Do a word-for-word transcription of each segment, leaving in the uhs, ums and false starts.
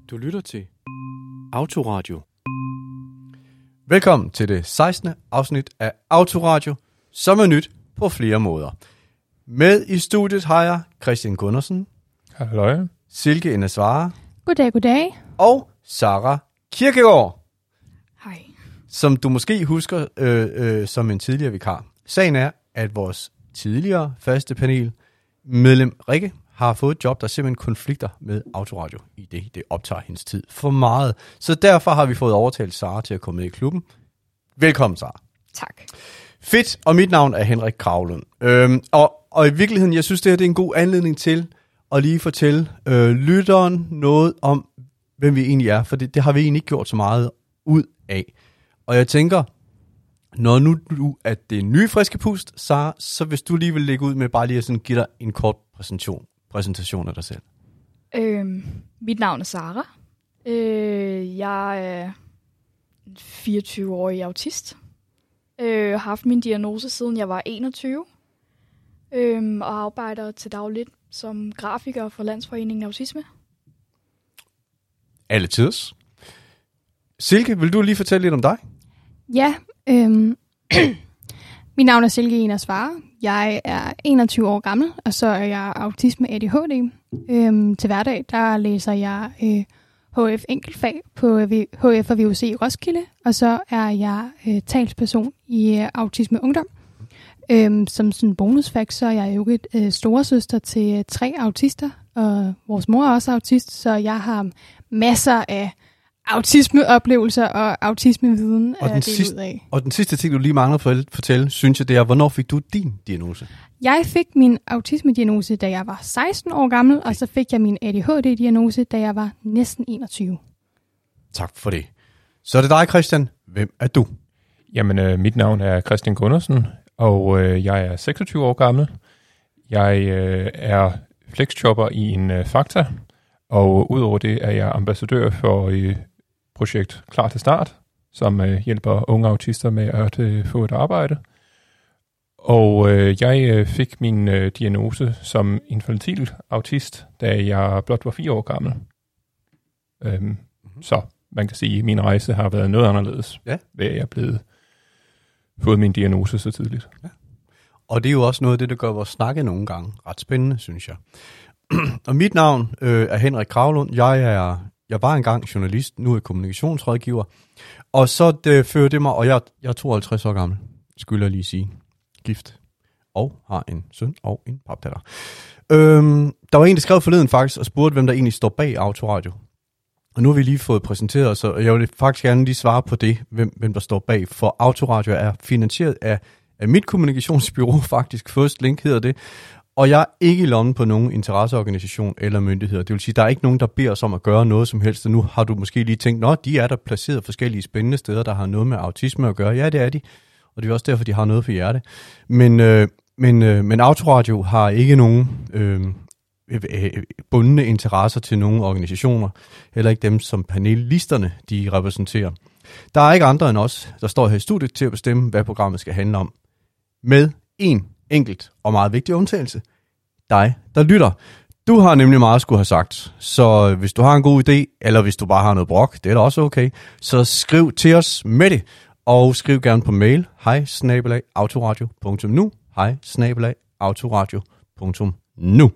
Du lytter til Autoradio. Velkommen til det sekstende afsnit af Autoradio, som er nyt på flere måder. Med i studiet har jeg Christian Gundersen. Hallo. Silke Enesvare. Goddag, goddag. Og Sara Kirkegaard. Hej. Som du måske husker øh, øh, som en tidligere vikar. Sagen er, at vores tidligere faste panel medlem Rikke har fået et job, der simpelthen konflikter med Autoradio i det. Det optager hendes tid for meget. Så derfor har vi fået overtalt Sara til at komme med i klubben. Velkommen, Sara. Tak. Fedt, og mit navn er Henrik Kravlund. Øhm, og, og i virkeligheden, jeg synes, det her det er en god anledning til at lige fortælle øh, lytteren noget om, hvem vi egentlig er. For det, det har vi egentlig ikke gjort så meget ud af. Og jeg tænker, når nu du er det nye friske pust, Sara, så hvis du lige vil lægge ud med bare lige at sådan give dig en kort præsentation, præsentation af dig selv. Øhm, mit navn er Sara. Øh, jeg er fireogtyve-årig autist. Øh, har haft min diagnose siden jeg var enogtyve. Øh, og arbejder til dagligt som grafiker for Landsforeningen Autisme. Alle tids. Silke, vil du lige fortælle lidt om dig? Ja, øhm, mit navn er Silke Enesvare. Jeg er enogtyve år gammel, og så er jeg autist med A D H D. Øhm, til hverdag, der læser jeg øh, H F enkeltfag på H F og V U C i Roskilde, og så er jeg øh, talsperson i øh, Autisme Ungdom. Øhm, som sådan en bonusfakt, så er jeg jo et øh, storesøster til øh, tre autister, og vores mor er også autist, så jeg har masser af autismeoplevelser og autismeviden og den, sidste, ud af. og den sidste ting, du lige mangler for at fortælle, synes jeg, det er, hvornår fik du din diagnose? Jeg fik min autismediagnose, da jeg var seksten år gammel, okay. Og så fik jeg min A D H D-diagnose, da jeg var næsten enogtyve. Tak for det. Så er det dig, Christian. Hvem er du? Jamen, øh, mit navn er Christian Gundersen, og øh, jeg er seksogtyve år gammel. Jeg øh, er flexjobber i en øh, Fakta, og udover det er jeg ambassadør for øh, projekt Klar til Start, som øh, hjælper unge autister med at øh, få et arbejde. Og øh, jeg øh, fik min øh, diagnose som infantil autist, da jeg blot var fire år gammel. Øhm, mm-hmm. Så man kan sige, at min rejse har været noget anderledes, ja. Ved at jeg er blevet fået min diagnose så tidligt. Ja. Og det er jo også noget af det, der gør vores snakke nogle gange ret spændende, synes jeg. Og mit navn øh, er Henrik Kravlund. Jeg er jeg var engang journalist, nu er jeg kommunikationsrådgiver. Og så det fører det mig, og jeg, jeg er tooghalvtreds år gammel, skylder jeg lige sige, gift, og har en søn og en papdatter. Øhm, der var en, der skrev forleden faktisk, og spurgte, hvem der egentlig står bag Autoradio. Og nu har vi lige fået præsenteret, så jeg vil faktisk gerne lige svare på det, hvem, hvem der står bag. For Autoradio er finansieret af, af mit kommunikationsbureau, faktisk First Link hedder det. Og jeg er ikke i lommen på nogen interesseorganisation eller myndigheder. Det vil sige, der er ikke nogen, der beder os om at gøre noget som helst. Og nu har du måske lige tænkt, nå, de er der placeret forskellige spændende steder, der har noget med autisme at gøre. Ja, det er de. Og det er også derfor, de har noget for hjerte. Men, øh, men, øh, men Autoradio har ikke nogen øh, bundne interesser til nogen organisationer. Heller ikke dem, som panelisterne de repræsenterer. Der er ikke andre end os, der står her i studiet til at bestemme, hvad programmet skal handle om. Med en enkelt og meget vigtig undtagelse. Dig, der lytter. Du har nemlig meget at skulle have sagt. Så hvis du har en god idé, eller hvis du bare har noget brok, det er da også okay, så skriv til os med det. Og skriv gerne på mail, hej snabel-a autoradio punktum nu, hej snabel-a autoradio punktum nu.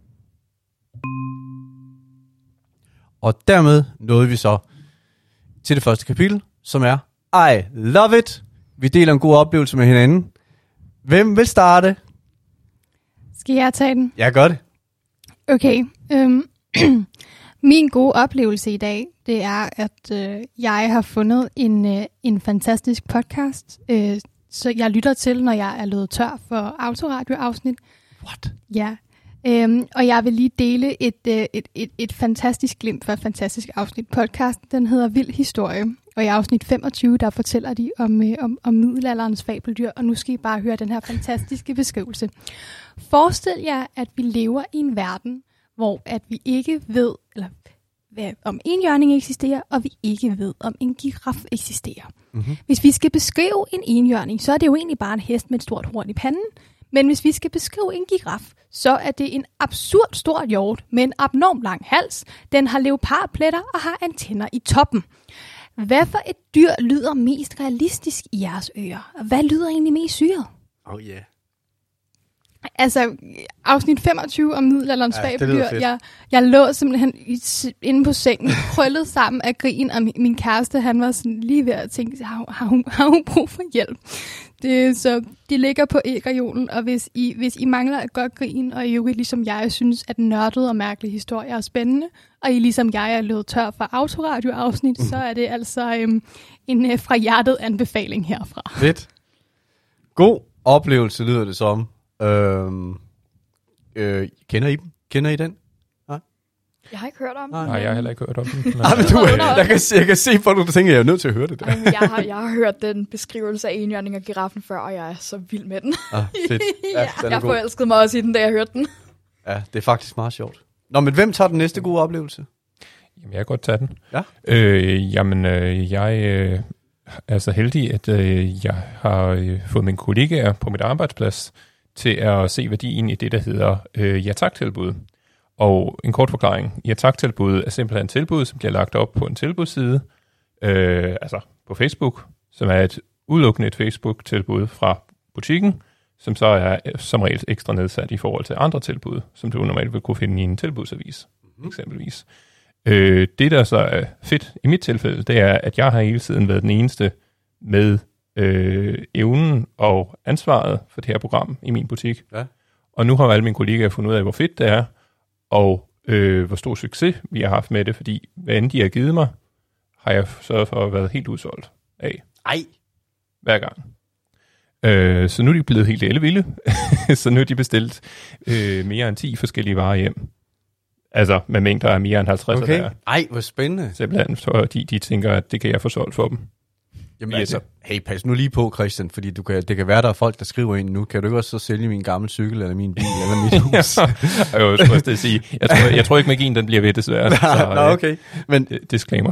Og dermed nåede vi så til det første kapitel, som er I love it. Vi deler en god oplevelse med hinanden. Hvem vil starte? Skal jeg tage den? Jeg gør det. Okay. Øhm, min gode oplevelse i dag, det er, at øh, jeg har fundet en, øh, en fantastisk podcast, øh, så jeg lytter til, når jeg er løbet tør for autoradio-afsnit. What? Ja. Øhm, og jeg vil lige dele et, øh, et, et, et fantastisk glimt for et fantastisk afsnit. Podcasten, den hedder Vild Historie. Og i afsnit femogtyve, der fortæller de om, øh, om, om middelalderens fabeldyr. Og nu skal I bare høre den her fantastiske beskrivelse. Forestil jer, at vi lever i en verden, hvor at vi ikke ved, eller hvad, om enhjørning eksisterer, og vi ikke ved, om en giraf eksisterer. Mm-hmm. Hvis vi skal beskrive en enhjørning, så er det jo egentlig bare en hest med et stort horn i panden. Men hvis vi skal beskrive en giraf, så er det en absurd stor hjort med en abnorm lang hals. Den har leopardpletter og har antenner i toppen. Hvad for et dyr lyder mest realistisk i jeres ører? Og hvad lyder egentlig mest syret? Oh yeah. Altså, afsnit femogtyve om middelalderens Ja, det lyder fabeldyr. fedt. Jeg, jeg lå simpelthen i, inde på sengen, krøllet sammen af grin, og min, min kæreste, han var sådan lige ved at tænke, har, har, hun, har hun brug for hjælp? Det, så de ligger på æggerjolen, og hvis I, hvis I mangler et godt grin, og I øvrigt ligesom jeg synes, at nørdede og mærkelige historier er spændende, og I ligesom jeg er løbet tør for autoradioafsnit, mm. så er det altså øhm, en øh, fra hjertet anbefaling herfra. Fedt. God oplevelse lyder det som. Øhm, øh, kender I dem? Kender I den? Jeg har ikke hørt om Nej, den. Nej, jeg har heller ikke hørt om den. Men, Nej, men du, øh, jeg, kan, se- jeg kan se på, at du tænker, at jeg er nødt til at høre det der. Jamen, jeg, har, jeg har hørt den beskrivelse af enhjørning og giraffen før, og jeg er så vild med den. Ah, fedt. Ja, den er Jeg god. forelskede mig også i den, da jeg hørte den. Ja, det er faktisk meget sjovt. Nå, men hvem tager den næste gode oplevelse? Jamen, jeg kan godt tage den. Ja. Øh, jamen, øh, jeg øh, er så heldig, at øh, jeg har øh, fået mine kollegaer på mit arbejdsplads til at se værdien i det, der hedder øh, ja tak-tilbud. Og en kort forklaring. Ja tak-tilbud er simpelthen et tilbud, som bliver lagt op på en tilbudsside, øh, altså på Facebook, som er et udelukkende et Facebook-tilbud fra butikken, som så er som regel ekstra nedsat i forhold til andre tilbud, som du normalt vil kunne finde i en tilbudsavis, mm-hmm. eksempelvis. Øh, det, der så er fedt i mit tilfælde, det er, at jeg har hele tiden været den eneste med øh, evnen og ansvaret for det her program i min butik. Ja. Og nu har alle mine kollegaer fundet ud af, hvor fedt det er, og øh, hvor stor succes vi har haft med det, fordi hvad end de har givet mig, har jeg sørget for at være helt udsolgt af. Ej. Hver gang. Øh, så nu er de blevet helt ellevilde. Så nu er de bestilt øh, mere end ti forskellige varer hjem. Altså med mængder af mere end halvtreds Okay. der. Ej, hvor spændende. Simpelthen, fordi de tænker, at det kan jeg få solgt for dem. Jamen Ja, altså, det. hey, pas nu lige på, Christian, fordi du kan, det kan være, der er folk, der skriver ind nu. Kan du ikke også så sælge min gamle cykel, eller min bil, eller mit hus? Og jeg skulle også det at sige, jeg tror, jeg tror ikke, magien den bliver ved, desværre. Så, Nå, okay. Men, øh, disclaimer.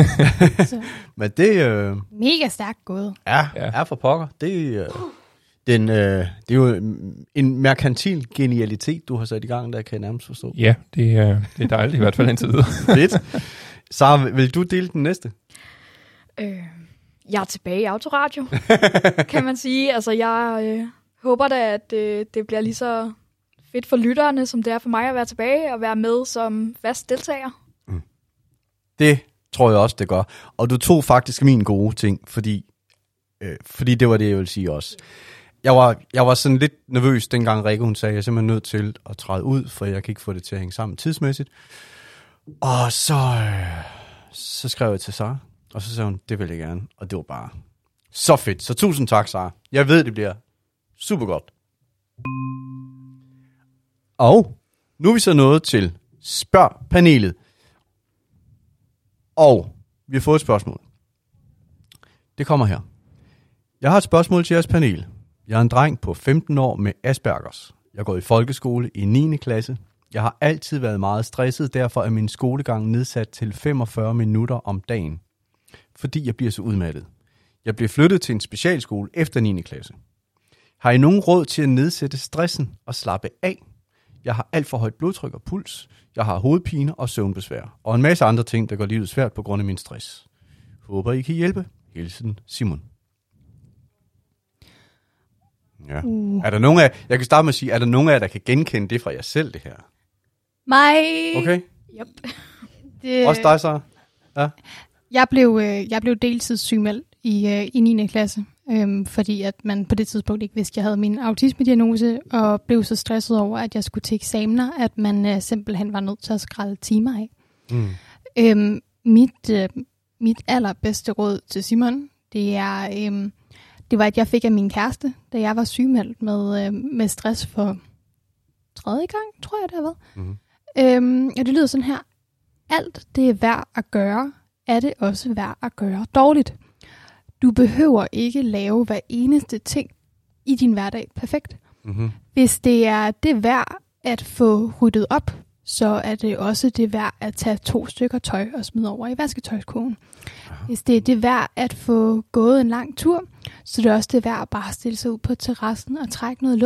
Så, men det øh, mega stærkt gået. er, Ja. er for pokker. Det, øh, den, øh, det er jo en merkantil genialitet, du har sat i gang, der kan jeg nærmest forstå. Ja, det, øh, det er dejligt i hvert fald indtil videre. Fedt. Sara, vil du dele den næste? Øh, jeg er tilbage i autoradio, kan man sige. Altså, jeg øh, håber da, at øh, det bliver lige så fedt for lytterne, som det er for mig at være tilbage og være med som fast deltager. Det tror jeg også, det gør. Og du tog faktisk min gode ting, fordi, øh, fordi det var det, jeg ville sige også. Jeg var, jeg var sådan lidt nervøs, dengang Rikke, hun sagde, at jeg er simpelthen nødt til at træde ud, for jeg kan ikke få det til at hænge sammen tidsmæssigt. Og så, øh, så skrev jeg til Sara, og så sagde hun, det vil jeg gerne. Og det var bare så fedt. Så tusind tak, Sara. Jeg ved, det bliver super godt. Og nu er vi så nået til Spørg panelet. Og vi har fået et spørgsmål. Det kommer her. Jeg har et spørgsmål til jeres panel. Jeg er en dreng på femten år med Aspergers. Jeg går i folkeskole i niende klasse. Jeg har altid været meget stresset, derfor er min skolegang nedsat til femogfyrre minutter om dagen. Fordi jeg bliver så udmattet. Jeg bliver flyttet til en specialskole efter niende klasse. Har I nogen råd til at nedsætte stressen og slappe af? Jeg har alt for højt blodtryk og puls. Jeg har hovedpine og søvnbesvær. Og en masse andre ting, der gør livet svært på grund af min stress. Håber, I kan hjælpe. Hilsen, Simon. Ja. Uh. Er der nogen af, jeg kan starte med at sige, er der nogen af jer, der kan genkende det fra jer selv, det her? Mig! Okay? Yep. Det, Også dig, så? Ja. Jeg blev, øh, jeg blev deltidssygemeldt i, øh, i niende klasse, øh, fordi at man på det tidspunkt ikke vidste, at jeg havde min autismediagnose, og blev så stresset over, at jeg skulle til eksamener, at man øh, simpelthen var nødt til at skrælle timer af. Mm. Øh, mit, øh, mit allerbedste råd til Simon, det er, øh, det var, at jeg fik af min kæreste, da jeg var sygemeldt med, øh, med stress for tredje gang, tror jeg, det har været. Mm. Øhm, og det lyder sådan her. Alt det er værd at gøre, er det også værd at gøre dårligt. Du behøver ikke lave hver eneste ting i din hverdag perfekt. Mm-hmm. Hvis det er det værd at få ryddet op, så er det også det værd at tage to stykker tøj og smide over i vasketøjskurven. Hvis det er det værd at få gået en lang tur, så er det også det værd at bare stille sig ud på terrassen og trække noget luft.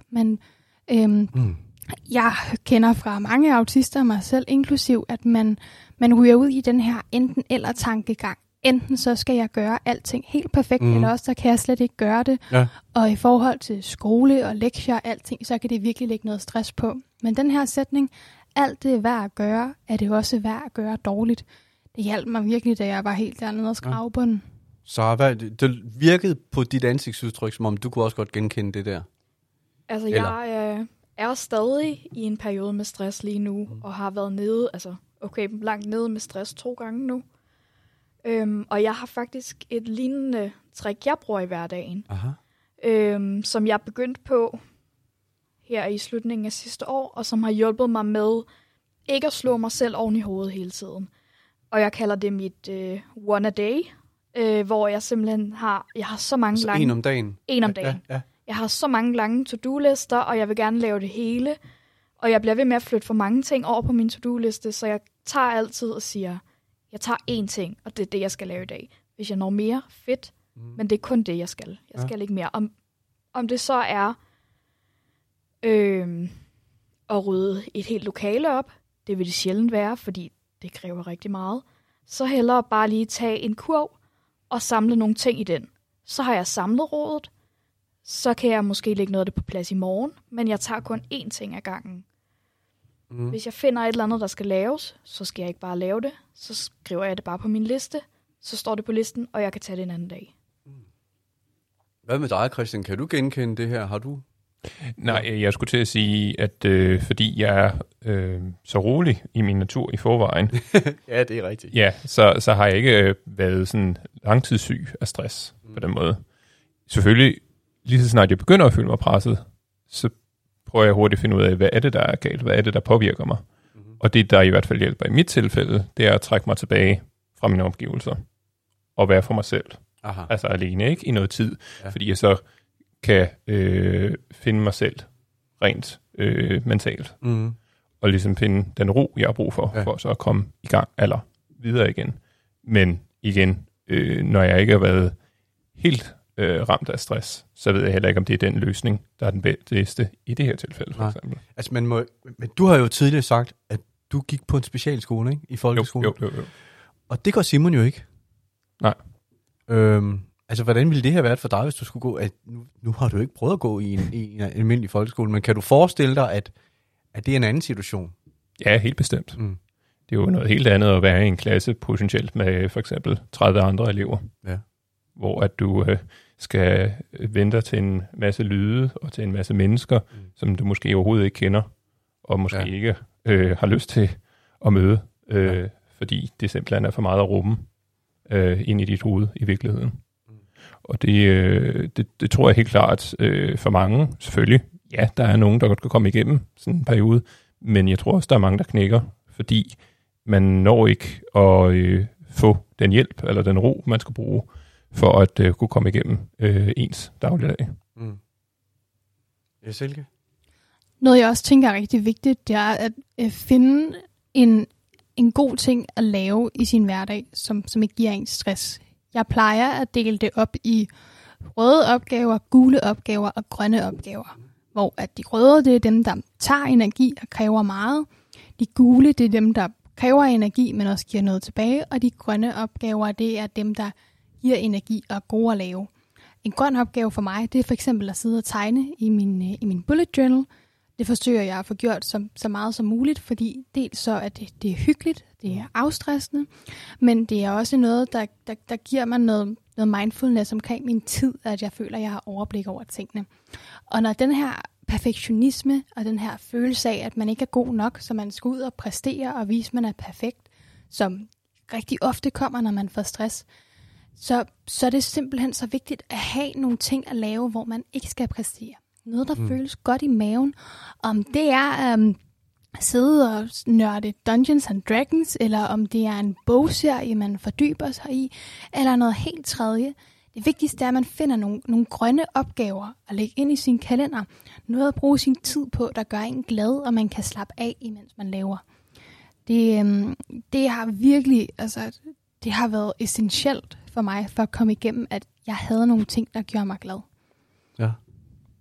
Men øhm, Mm. jeg kender fra mange autister, mig selv inklusiv, at man, man ryger ud i den her enten-eller-tankegang. Enten så skal jeg gøre alting helt perfekt, Mhm. mm. eller også så kan jeg slet ikke gøre det. Ja. Og i forhold til skole og lektier og alting, så kan det virkelig lægge noget stress på. Men den her sætning, alt det er værd at gøre, er det også værd at gøre dårligt. Det hjalp mig virkelig, da jeg var helt dernede og skrave på den. Så hvad, det det virkede på dit ansigtsudtryk, som om du kunne også godt genkende det der. Altså, Eller? jeg øh, er stadig i en periode med stress lige nu, mm. og har været nede, altså okay, langt nede med stress to gange nu. Øhm, og jeg har faktisk et lignende trick, jeg bruger i hverdagen, Aha. øhm, som jeg begyndte på her i slutningen af sidste år, og som har hjulpet mig med ikke at slå mig selv oven i hovedet hele tiden. Og jeg kalder det mit øh, one a day, øh, hvor jeg simpelthen har, jeg har så mange Altså lange... en om dagen? En om dagen. Ja, ja. Jeg har så mange lange to-do-lister, og jeg vil gerne lave det hele. Og jeg bliver ved med at flytte for mange ting over på min to-do-liste, så jeg tager altid og siger, jeg tager én ting, og det er det, jeg skal lave i dag. Hvis jeg når mere, fedt, mm. men det er kun det, jeg skal. Jeg skal ja. ikke mere. Om, om det så er øh, at rydde et helt lokale op, det vil det sjældent være, fordi det kræver rigtig meget. Så hellere bare lige tage en kurv og samle nogle ting i den. Så har jeg samlet rådet, så kan jeg måske lægge noget af det på plads i morgen, men jeg tager kun én ting ad gangen. Mm. Hvis jeg finder et eller andet, der skal laves, så skal jeg ikke bare lave det. Så skriver jeg det bare på min liste, så står det på listen, og jeg kan tage det en anden dag. Hvad med dig, Christian? Kan du genkende det her? Har du? Nej, jeg skulle til at sige, at øh, fordi jeg er øh, så rolig i min natur i forvejen, ja, det er rigtigt. ja, så, så har jeg ikke øh, været sådan langtidssyg af stress mm. på den måde. Selvfølgelig, lige så snart jeg begynder at føle mig presset, så prøver jeg hurtigt at finde ud af, hvad er det, der er galt? Hvad er det, der påvirker mig? Mm-hmm. Og det, der i hvert fald hjælper i mit tilfælde, det er at trække mig tilbage fra mine omgivelser og være for mig selv. Aha. Altså alene, ikke? I noget tid. Ja. Fordi jeg så kan øh, finde mig selv rent øh, mentalt. Mm. Og ligesom finde den ro, jeg har brug for, ja. for så at komme i gang, eller videre igen. Men igen, øh, når jeg ikke har været helt øh, ramt af stress, så ved jeg heller ikke, om det er den løsning, der er den bedste i det her tilfælde, for Nej. eksempel. Altså, man må, men du har jo tidligere sagt, at du gik på en specialskole, ikke? I folkeskolen. Jo, jo, jo, jo. Og det gør Simon jo ikke. Nej. Øhm, altså, hvordan ville det her være for dig, hvis du skulle gå? At nu, nu har du ikke prøvet at gå i en, i en almindelig folkeskole, men kan du forestille dig, at, at det er en anden situation? Ja, helt bestemt. Mm. Det er jo noget helt andet at være i en klasse potentielt med for eksempel tredive andre elever. Ja. Hvor at du øh, skal vente til en masse lyde og til en masse mennesker, mm. som du måske overhovedet ikke kender, og måske ja. ikke øh, har lyst til at møde, øh, ja. fordi det simpelthen er for meget at rumme øh, ind i dit hoved i virkeligheden. Mm. Og det, øh, det, det tror jeg helt klart øh, for mange, selvfølgelig. Ja, der er nogen, der godt kan komme igennem sådan en periode, men jeg tror også, der er mange, der knækker, fordi man når ikke at øh, få den hjælp eller den ro, man skal bruge, for at øh, kunne komme igennem øh, ens dagligdag. Mm. Ja, Silke? Noget, jeg også tænker er rigtig vigtigt, det er at øh, finde en, en god ting at lave i sin hverdag, som, som ikke giver en stress. Jeg plejer at dele det op i røde opgaver, gule opgaver og grønne opgaver. Hvor at de røde, det er dem, der tager energi og kræver meget. De gule, det er dem, der kræver energi, men også giver noget tilbage. Og de grønne opgaver, det er dem, der giver energi og er gode at lave. En grøn opgave for mig, det er for eksempel at sidde og tegne i min, i min bullet journal. Det forsøger jeg at få gjort så, så meget som muligt, fordi dels så er det, det er hyggeligt, det er afstressende, men det er også noget, der, der, der giver mig noget, noget mindfulness omkring min tid, at jeg føler, at jeg har overblik over tingene. Og når den her perfektionisme og den her følelse af, at man ikke er god nok, så man skal ud og præstere og vise, at man er perfekt, som rigtig ofte kommer, når man får stress, så, så er det simpelthen så vigtigt at have nogle ting at lave, hvor man ikke skal præstere. Noget, der mm. føles godt i maven. Om det er um, sidde og nørde Dungeons and Dragons, eller om det er en bogserie, man fordyber sig i, eller noget helt tredje. Det vigtigste er, at man finder nogle, nogle grønne opgaver at lægge ind i sin kalender. Noget at bruge sin tid på, der gør en glad, og man kan slappe af, imens man laver. Det, um, det har virkelig, altså, det har været essentielt for mig, for at komme igennem, at jeg havde nogle ting, der gjorde mig glad. Ja.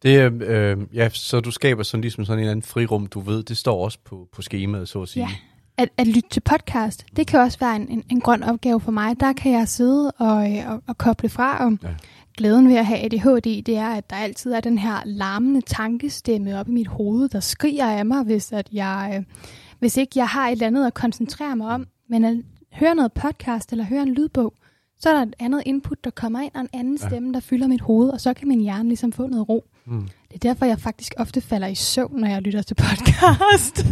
Det er, øh, ja, så du skaber sådan ligesom sådan en eller anden frirum, du ved, det står også på, på skemaet, så at sige. Ja, at, at lytte til podcast, det kan også være en, en, en grøn opgave for mig. Der kan jeg sidde og, og, og koble fra, og ja. Glæden ved at have A D H D, det er, at der altid er den her larmende tankestemme op i mit hoved, der skriger af mig, hvis, at jeg, øh, hvis ikke jeg har et eller andet at koncentrere mig om. Men at høre noget podcast eller høre en lydbog, så er der et andet input, der kommer ind, og en anden stemme, der fylder mit hoved, og så kan min hjerne ligesom få noget ro. Mm. Det er derfor, jeg faktisk ofte falder i søvn, når jeg lytter til podcast.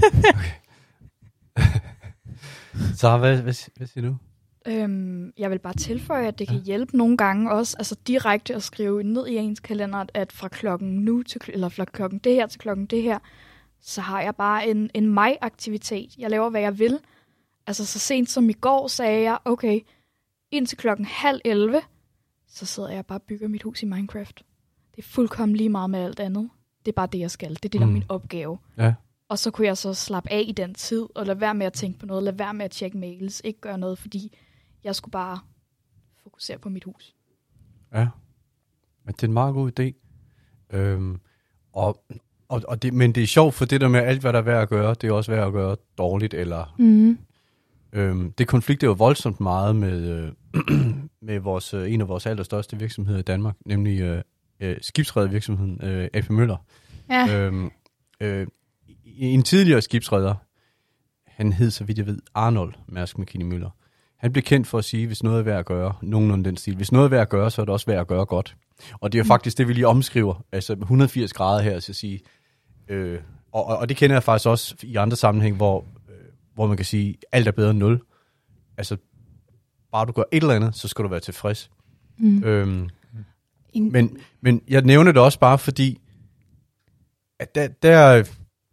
Så hvad, hvad, hvad siger du? Øhm, jeg vil bare tilføje, at det kan hjælpe nogle gange også, altså direkte at skrive ned i ens kalender, at fra klokken nu til, eller fra klokken det her til klokken det her, så har jeg bare en, en mig-aktivitet. Jeg laver, hvad jeg vil. Altså så sent som i går sagde jeg, okay, indtil klokken halv elleve, så sidder jeg bare og bygger mit hus i Minecraft. Det er fuldkommen lige meget med alt andet. Det er bare det, jeg skal. Det er det, der er min opgave. Ja. Og så kunne jeg så slappe af i den tid, og lade være med at tænke på noget, lade være med at tjekke mails, ikke gøre noget, fordi jeg skulle bare fokusere på mit hus. Ja, men det er en meget god idé. Øhm, og, og, og det, men det er sjovt, for det der med alt, hvad der er værd at gøre, det er også værd at gøre dårligt. Eller, mm. øhm, det konflikter jo voldsomt meget med, øh, med vores, øh, en af vores allerstørste virksomheder i Danmark, nemlig øh, øh, skibsredervirksomheden øh, A P Møller. Ja. Øhm, øh, en tidligere skibsreder, han hed, så vidt jeg ved, Arnold Mærsk Mc-Kinney Møller. Han blev kendt for at sige, hvis noget er værd at gøre, nogenlunde den stil. Hvis noget er værd at gøre, så er det også værd at gøre godt. Og det er jo faktisk det, vi lige omskriver, altså et hundrede og firs grader her, så at sige. Øh, og, og det kender jeg faktisk også i andre sammenhæng, hvor, øh, hvor man kan sige, alt er bedre end nul. Altså, bare du gør et eller andet, så skal du være tilfreds. Mm. Øhm, men, men jeg nævner det også bare, fordi at der... der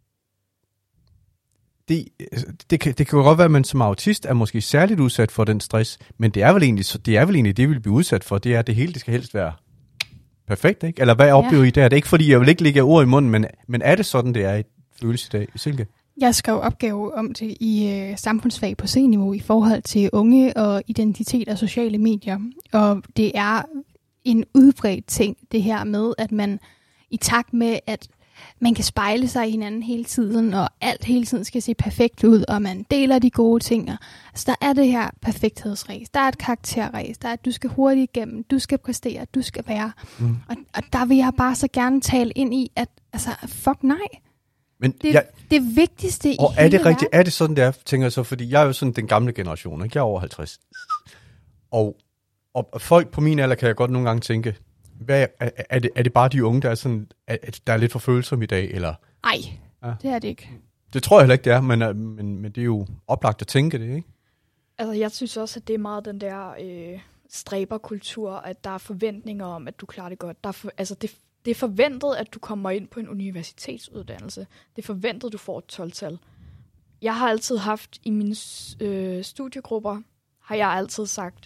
Det, det, kan, det kan jo godt være, at man som autist er måske særligt udsat for den stress, men det er vel egentlig det, er vel egentlig, det vi vil blive udsat for, det er, at det hele det skal helst være perfekt, ikke? Eller hvad oplever ja. I der? Det er ikke fordi, jeg vil ikke lægge ord i munden, men, men er det sådan, det er i følelse i dag, Silke? Jeg skrev opgave om det i øh, samfundsfag på C-niveau i forhold til unge og identitet og sociale medier, og det er en udbredt ting, det her med, at man i takt med, at man kan spejle sig i hinanden hele tiden, og alt hele tiden skal se perfekt ud, og man deler de gode ting. Altså, der er det her perfekthedsræs. Der er et karakterræs. Der er, at du skal hurtigt igennem. Du skal præstere. Du skal være. Mm. Og, og der vil jeg bare så gerne tale ind i, at altså, fuck nej. Men det, jeg, det vigtigste i og er det rigtigt? Er det sådan, det er, tænker jeg så? Fordi jeg er jo sådan den gamle generation, ikke? Jeg er over halvtreds. Og, og folk på min alder kan jeg godt nogle gange tænke, Hvad, er, er, det, er det bare de unge, der er, sådan, at der er lidt for følsomme i dag? Eller? Nej, ja. Det er det ikke. Det tror jeg heller ikke, det er, men, men, men det er jo oplagt at tænke det, ikke? Altså, jeg synes også, at det er meget den der øh, stræberkultur, at der er forventninger om, at du klarer det godt. Der er for, altså, det, det er forventet, at du kommer ind på en universitetsuddannelse. Det er forventet, at du får et tolv-tal. Jeg har altid haft i mine øh, studiegrupper, har jeg altid sagt,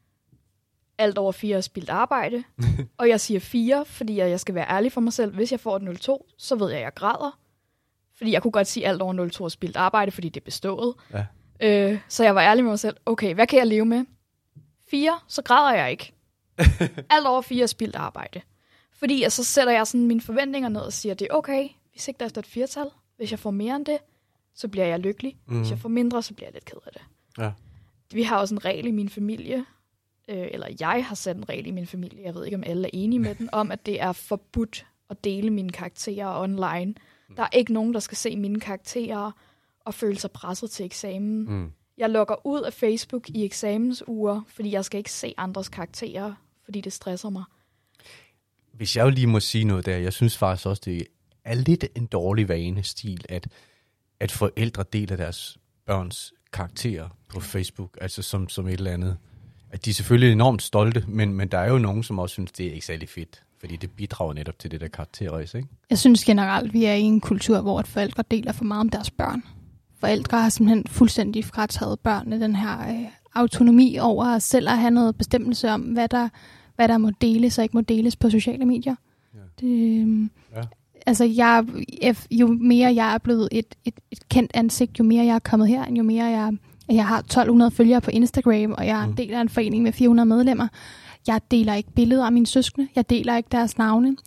alt over fire er spildt arbejde. Og jeg siger fire, fordi jeg skal være ærlig for mig selv. Hvis jeg får et nul komma to, så ved jeg, at jeg græder. Fordi jeg kunne godt sige alt over nul komma to er spildt arbejde, fordi det er bestået. Ja. Øh, så jeg var ærlig med mig selv. Okay, hvad kan jeg leve med? Fire, så græder jeg ikke. Alt over fire er spildt arbejde. Fordi så sætter jeg sådan mine forventninger ned og siger, det er okay, vi sigter efter et firtal. Hvis jeg får mere end det, så bliver jeg lykkelig. Mm. Hvis jeg får mindre, så bliver jeg lidt ked af det. Ja. Vi har også en regel i min familie, eller jeg har sat en regel i min familie, jeg ved ikke, om alle er enige med den, om at det er forbudt at dele mine karakterer online. Der er ikke nogen, der skal se mine karakterer og føle sig presset til eksamen. Mm. Jeg logger ud af Facebook i eksamensuger, fordi jeg skal ikke se andres karakterer, fordi det stresser mig. Hvis jeg jo lige må sige noget der, jeg synes faktisk også, det er lidt en dårlig vanestil, at, at forældre deler deres børns karakterer på Facebook, altså som, som et eller andet. At de er selvfølgelig enormt stolte, men, men der er jo nogen, som også synes, det er ikke særlig fedt, fordi det bidrager netop til det der karakterræs, ikke? Jeg synes generelt, vi er i en kultur, hvor at forældre deler for meget om deres børn. Forældre har simpelthen fuldstændig frataget børnene den her øh, autonomi over at selv at have noget bestemmelse om, hvad der, hvad der må deles og ikke må deles på sociale medier. Ja. Det, øh, ja. Altså, jeg, jo mere jeg er blevet et, et, et kendt ansigt, jo mere jeg er kommet her, jo mere jeg... Jeg har tolv hundrede følgere på Instagram, og jeg er en del af en forening med fire hundrede medlemmer. Jeg deler ikke billeder af mine søskende. Jeg deler ikke deres navne. Jeg,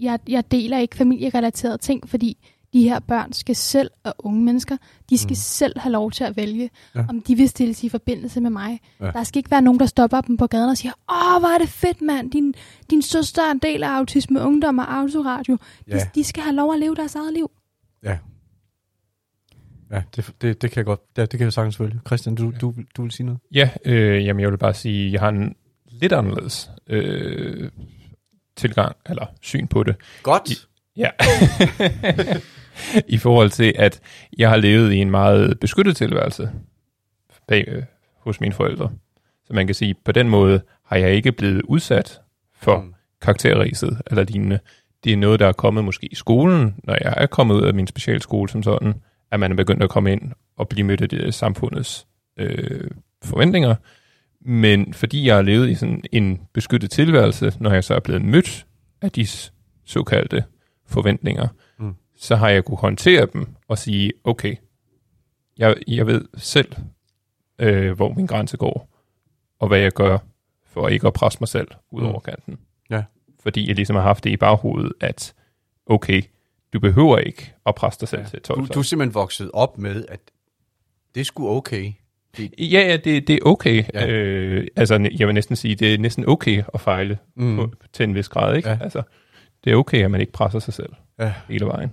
jeg, jeg deler ikke familierelaterede ting, fordi de her børn skal selv, og unge mennesker, de skal mm. selv have lov til at vælge, ja. om de vil stilles i forbindelse med mig. Ja. Der skal ikke være nogen, der stopper dem på gaden og siger, åh, hvor er det fedt, mand, din, din søster er en del af Autisme Ungdom og Autoradio. Ja. De, de skal have lov at leve deres eget liv. Ja. Ja, det, det, det kan jeg godt, ja, det kan jeg sagtens følge. Christian, du, ja. du, du vil sige noget? Ja, øh, jamen jeg vil bare sige, jeg har en lidt anderledes øh, tilgang, eller syn på det. Godt. I, ja. I forhold til, at jeg har levet i en meget beskyttet tilværelse bag, øh, hos mine forældre. Så man kan sige, på den måde har jeg ikke blevet udsat for mm. karakterræset eller lignende. Det er noget, der er kommet måske i skolen, når jeg er kommet ud af min specialskole som sådan, at man er begyndt at komme ind og blive mødt af det samfundets øh, forventninger. Men fordi jeg har levet i sådan en beskyttet tilværelse, når jeg så er blevet mødt af de såkaldte forventninger, mm. så har jeg kunne håndtere dem og sige, okay, jeg, jeg ved selv, øh, hvor min grænse går, og hvad jeg gør for ikke at presse mig selv ud over mm. kanten. Ja. Fordi jeg ligesom har haft det i baghovedet, at okay, du behøver ikke at presse dig selv ja. til tolv år. Du, du er simpelthen vokset op med, at det er sgu okay. Det... Ja, ja, det, det er okay. Ja. Øh, altså, jeg vil næsten sige, det er næsten okay at fejle mm. på, til en vis grad, ikke? Ja. Altså, det er okay, at man ikke presser sig selv ja. hele vejen.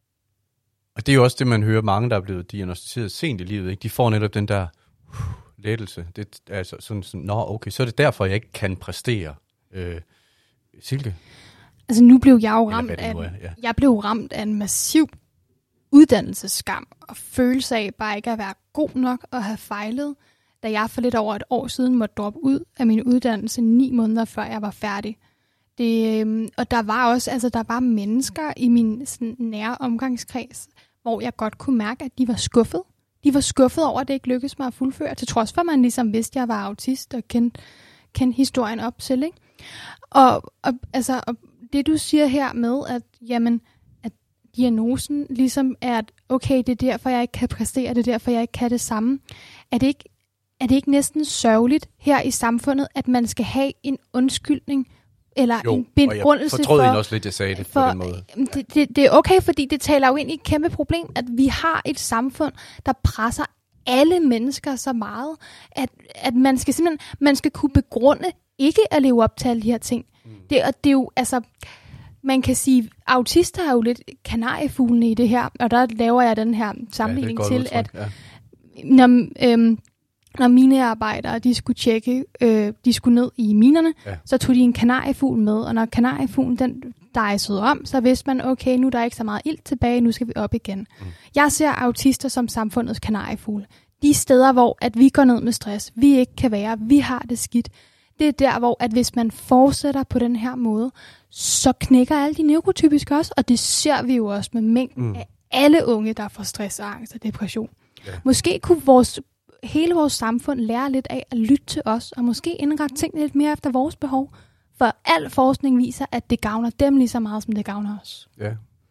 Og det er jo også det, man hører mange, der er blevet diagnosticeret sent i livet, ikke? De får netop den der uh, lettelse. Det er altså sådan, sådan, nå okay, så er det derfor, jeg ikke kan præstere. Øh, Silke? Altså nu blev jeg jo ramt af, ja. jeg blev ramt af en massiv uddannelsesskam og følelse af bare ikke at være god nok og have fejlet, da jeg for lidt over et år siden måtte droppe ud af min uddannelse ni måneder før jeg var færdig. Det, øh, og der var også, altså der var mennesker i min sådan, nære omgangskreds, hvor jeg godt kunne mærke, at de var skuffet. De var skuffet over, at det ikke lykkedes mig at fuldføre, til trods for, at man ligesom vidste, at jeg var autist og kendte, kendte historien op til, ikke? Og, og, altså, og det du siger her med, at, jamen, at diagnosen ligesom er, at okay, det er derfor, jeg ikke kan præstere, det er derfor, jeg ikke kan det samme. Er det ikke, er det ikke næsten sørgeligt her i samfundet, at man skal have en undskyldning, eller jo, en begrundelse for... Jo, og jeg fortrød også lidt, jeg sagde det for, på den måde. Det, det, det er okay, fordi det taler jo ind i et kæmpe problem, at vi har et samfund, der presser alle mennesker så meget, at, at man skal simpelthen man skal kunne begrunde ikke at leve op til alle de her ting. Mm. Det, og det er jo, altså, man kan sige, autister er jo lidt kanariefuglene i det her, og der laver jeg den her sammenligning ja, til, udtryk, at ja. når, øhm, når minearbejdere, de skulle tjekke, øh, de skulle ned i minerne, ja. så tog de en kanariefugl med, og når kanariefuglen, den dejsede om, så vidste man, okay, nu er der ikke så meget ilt tilbage, nu skal vi op igen. Mm. Jeg ser autister som samfundets kanariefugle. De steder, hvor at vi går ned med stress, vi ikke kan være, vi har det skidt, det er der, hvor at hvis man fortsætter på den her måde, så knækker alle de neurotypiske også, og det ser vi jo også med mængden mm. af alle unge, der får stress, angst og depression. Ja. Måske kunne vores, hele vores samfund lære lidt af at lytte til os, og måske indrette tingene lidt mere efter vores behov, for al forskning viser, at det gavner dem lige så meget, som det gavner os. Ja.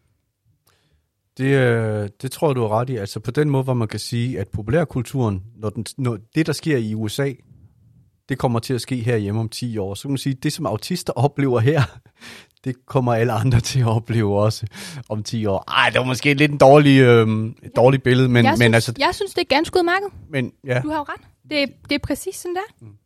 Det, øh, det tror jeg, du har ret i. Altså på den måde, hvor man kan sige, at populærkulturen, når, den, når det, der sker i U S A, det kommer til at ske her hjemme om ti år. Så kan man sige, at det, som autister oplever her, det kommer alle andre til at opleve også om ti år. Ej, det var måske lidt en dårlig, øh, et dårligt billede. Men, jeg, men synes, altså, jeg synes, det er ganske udmærket. Men, ja. Du har jo ret. Det, det er præcis sådan der. Mm.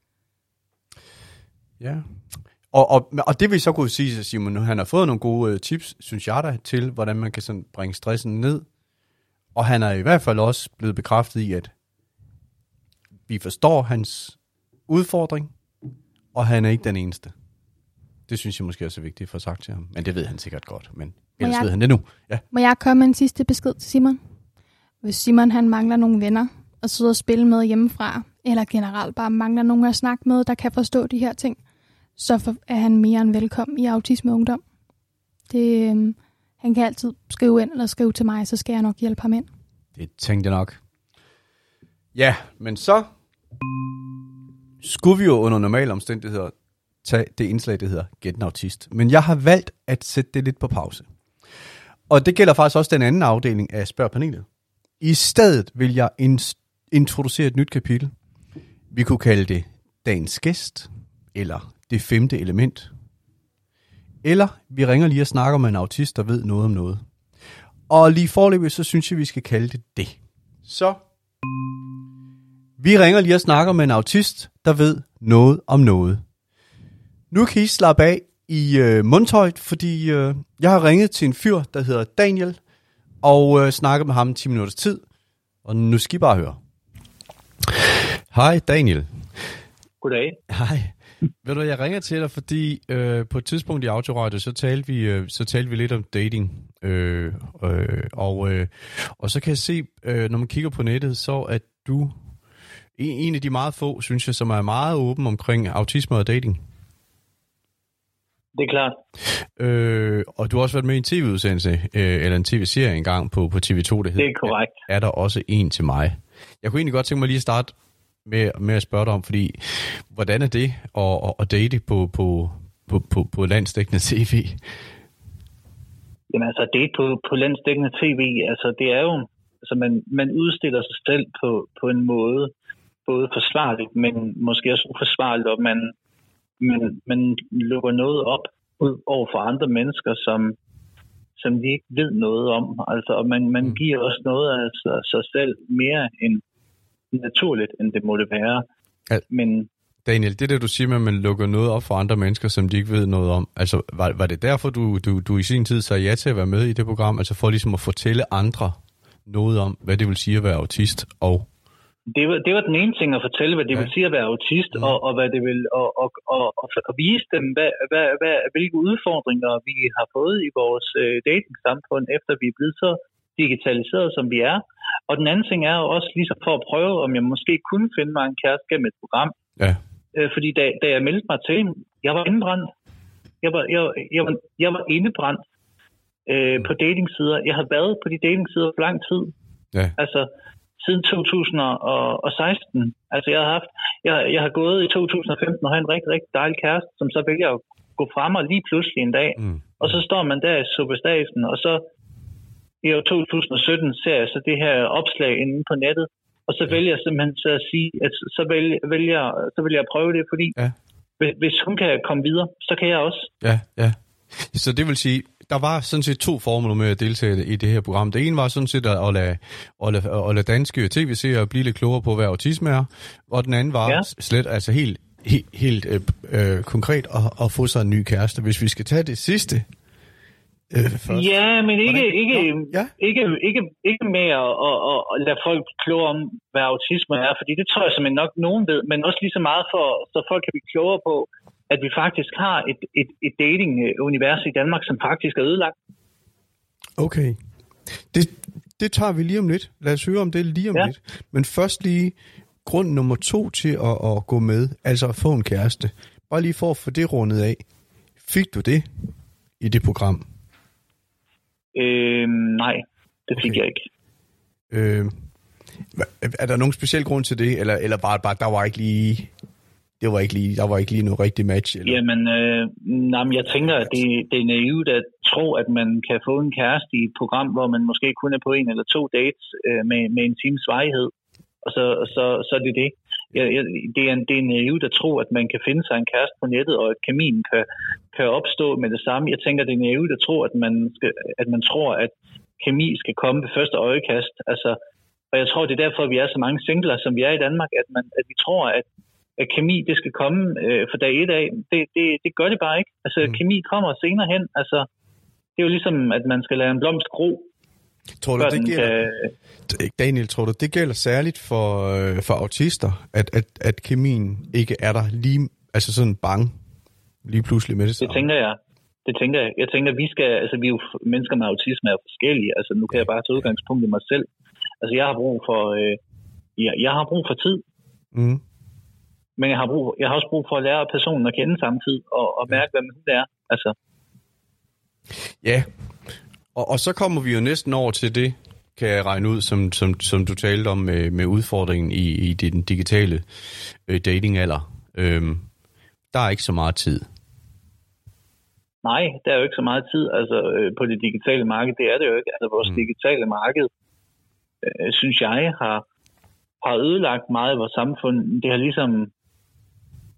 Ja. Og, og, og det vil så kunne sige, at Simon, han har fået nogle gode uh, tips, synes jeg da, til hvordan man kan sådan bringe stressen ned. Og han er i hvert fald også blevet bekræftet i, at vi forstår hans udfordring, og han er ikke den eneste. Det synes jeg måske også er vigtigt at få sagt til ham. Men det ved han sikkert godt, men ellers jeg, ved han det nu. Ja. Må jeg komme med en sidste besked til Simon? Hvis Simon han mangler nogle venner at sidde og spille med hjemmefra, eller generelt bare mangler nogen at snakke med, der kan forstå de her ting, så er han mere end velkommen i Autisme Ungdom. Det, øhm, han kan altid skrive ind eller skrive til mig, så skal jeg nok hjælpe ham ind. Det tænkte jeg nok. Ja, men så skulle vi jo under normale omstændigheder tage det indslag, der hedder Get en Autist. Men jeg har valgt at sætte det lidt på pause. Og det gælder faktisk også den anden afdeling af Spørg-panelet. I stedet vil jeg in- introducere et nyt kapitel. Vi kunne kalde det Dagens Gæst, eller Det Femte Element. eller vi ringer lige og snakker med en autist, der ved noget om noget. Og lige foreløbig, så synes jeg, vi skal kalde det det. Så vi ringer lige og snakker med en autist, der ved noget om noget. Nu kan I slappe af i øh, mundtøjet, fordi øh, jeg har ringet til en fyr, der hedder Daniel, og øh, snakket med ham ti minutters tid. Og nu skal I bare høre. Hej Daniel. Goddag. Hej. Ved du, jeg ringer til dig, fordi øh, på et tidspunkt i Autoradio, så talte vi, øh, så talte vi lidt om dating. Øh, øh, og, øh, og så kan jeg se, øh, når man kigger på nettet, så at du en, en af de meget få, synes jeg, som er meget åben omkring autisme og dating. Det er klart. Øh, og du har også været med i en tv-udsendelse, øh, eller en tv-serie engang på, på T V to, det hedder. Det er korrekt. Er, er der også en til mig? Jeg kunne egentlig godt tænke mig lige at starte med, med at spørge dig om, fordi hvordan er det at, at, at date på, på, på, på, på landsdækkende tv? Jamen altså, date på, på landsdækkende tv, altså det er jo, altså man, man udstiller sig selv på, på en måde, både forsvarligt, men måske også uforsvarligt, og man, man, man lukker noget op ud over for andre mennesker, som, som de ikke ved noget om. Altså, og man, man giver også noget af altså, sig selv mere end naturligt, end det måtte være. Ja. Men Daniel, det der du siger med, at man lukker noget op for andre mennesker, som de ikke ved noget om, altså var, var det derfor, du, du, du i sin tid sagde ja til at være med i det program, altså for ligesom at fortælle andre noget om, hvad det vil sige at være autist, og Det var, det var den ene ting at fortælle, hvad det ja. vil sige at være autist, ja. og, og hvad det vil, og, og, og, og, og vise dem, hvad, hvad, hvad, hvilke udfordringer vi har fået i vores øh, datingsamfund, efter vi er blevet så digitaliseret, som vi er. Og den anden ting er jo også ligesom for at prøve, om jeg måske kunne finde mig en kæreste gennem et program. Ja. Øh, fordi da, da jeg meldte mig til, jeg var indebrændt. Jeg var, jeg, jeg var, jeg var indebrændt øh, på datingsider. Jeg har været på de datingsider for lang tid. Ja. Altså siden to tusind og seksten. Altså jeg har haft, jeg, jeg har gået i to tusind og femten og har en rigtig, rigtig dejlig kæreste, som så vælger at gå frem og lige pludselig en dag. Mm. Og så står man der i Superstasen, og så i år to tusind og sytten ser jeg så det her opslag inde på nettet, og så ja. vælger jeg simpelthen så at sige, at så vælger, vælger, så vælger jeg prøve det, fordi ja. hvis hun kan komme videre, så kan jeg også. Ja, ja. Så det vil sige, der var sådan set to formål med at deltage i det her program. Det ene var sådan set at lade, at lade, at lade danske tv-seere blive lidt klogere på, hvad autisme er, og den anden var ja. slet, altså helt, helt, helt øh, øh, konkret at, at få sig en ny kæreste. Hvis vi skal tage det sidste øh, først. Ja, men ikke, ikke, ja. ikke, ikke, ikke med at, at, at, at lade folk klogere om, hvad autisme er, fordi det tror jeg simpelthen nok nogen ved, men også lige så meget for, så folk kan blive klogere på, at vi faktisk har et, et, et dating-univers i Danmark, som faktisk er ødelagt. Okay. Det, det tager vi lige om lidt. Lad os høre om det lige om ja. lidt. Men først lige grund nummer to til at, at gå med, altså at få en kæreste. Bare lige for at få det rundet af. Fik du det i det program? Øh, nej, det fik okay. jeg ikke. Øh, er der nogen speciel grund til det, eller, eller bare, bare der var ikke lige... Det var ikke lige, der var ikke lige noget rigtig match, eller? Jamen, øh, nej, jeg tænker, at det, det er naivt at tro, at man kan få en kæreste i et program, hvor man måske kun er på en eller to dates øh, med, med en times varighed. Og så, så, så er det det. Jeg, jeg, det, er, det er naivt at tro, at man kan finde sig en kæreste på nettet, og at kemien kan, kan opstå med det samme. Jeg tænker, det er naivt at tro, at man, skal, at man tror, at kemi skal komme ved første øjekast. Altså, og jeg tror, det er derfor, at vi er så mange singler, som vi er i Danmark, at, man, at vi tror, at at kemi, det skal komme øh, for dag et af. Det, det, det gør det bare ikke. Altså, mm. kemi kommer senere hen. Altså, det er jo ligesom, at man skal lade en blomst gro. Tror du, det gælder, kan... Daniel, tror du, det gælder særligt for, øh, for autister, at, at, at kemien ikke er der lige, altså sådan bang, lige pludselig med det samme? Det tænker jeg. Det tænker jeg. Jeg tænker, vi skal, altså vi er jo mennesker med autisme er forskellige. Altså, nu kan jeg bare tage udgangspunkt i mig selv. Altså, jeg har brug for, øh, jeg, jeg har brug for tid. Mm. Men jeg har, brug, jeg har også brug for at lære personen at kende samtidig, og, og mærke, hvem hun er. Altså. Ja, og, og så kommer vi jo næsten over til det, kan jeg regne ud, som, som, som du talte om med, med udfordringen i, i den digitale øh, datingalder. Øhm, der er ikke så meget tid. Nej, der er jo ikke så meget tid altså, øh, på det digitale marked. Det er det jo ikke. Altså, vores mm. digitale marked, øh, synes jeg, har, har ødelagt meget af vores samfund. Det har ligesom...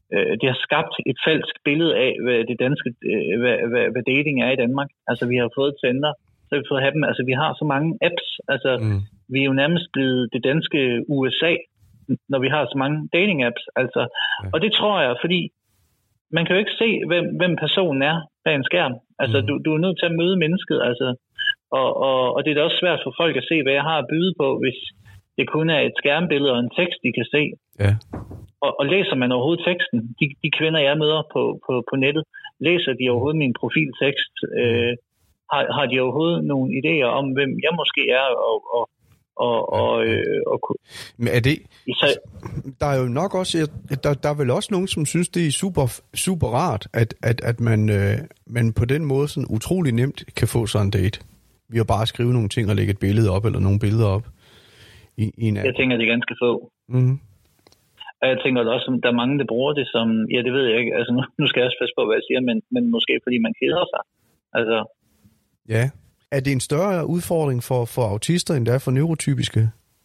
øh, det har skabt et falsk billede af, hvad det danske, øh, hvad, hvad, hvad dating er i Danmark. Altså, vi har fået Tinder, så har vi fået have dem. Altså, vi har så mange apps. Altså, mm. vi er jo nærmest blevet det danske U S A, når vi har så mange dating-apps. Altså, ja. Og det tror jeg, fordi man kan jo ikke se, hvem, hvem personen er bag en skærm. Altså, mm. du, du er nødt til at møde mennesket, altså. Og, og, og det er da også svært for folk at se, hvad jeg har at byde på, hvis det kun er et skærmbillede og en tekst, de kan se. Ja. Og, og læser man overhovedet teksten, de, de kvinder, jeg møder på, på, på nettet, læser de overhovedet min profiltekst? Øh, har, har de overhovedet nogle idéer om, hvem jeg måske er, og, og Og, og, øh, og, Men er det, så, der er jo nok også, der, der er vel også nogen, som synes, det er super, super rart, at, at, at man, øh, man på den måde sådan utrolig nemt kan få sådan en date. Vi har bare skrevet nogle ting og lægge et billede op, eller nogle billeder op. I, i en jeg tænker, det er ganske få. Mm-hmm. Og jeg tænker også, at der er mange, der bruger det som, ja, det ved jeg ikke, altså nu, nu skal jeg også passe på, hvad jeg siger, men, men måske fordi man keder sig. Altså. Ja. Er det en større udfordring for, for autister, end det er for neurotypiske?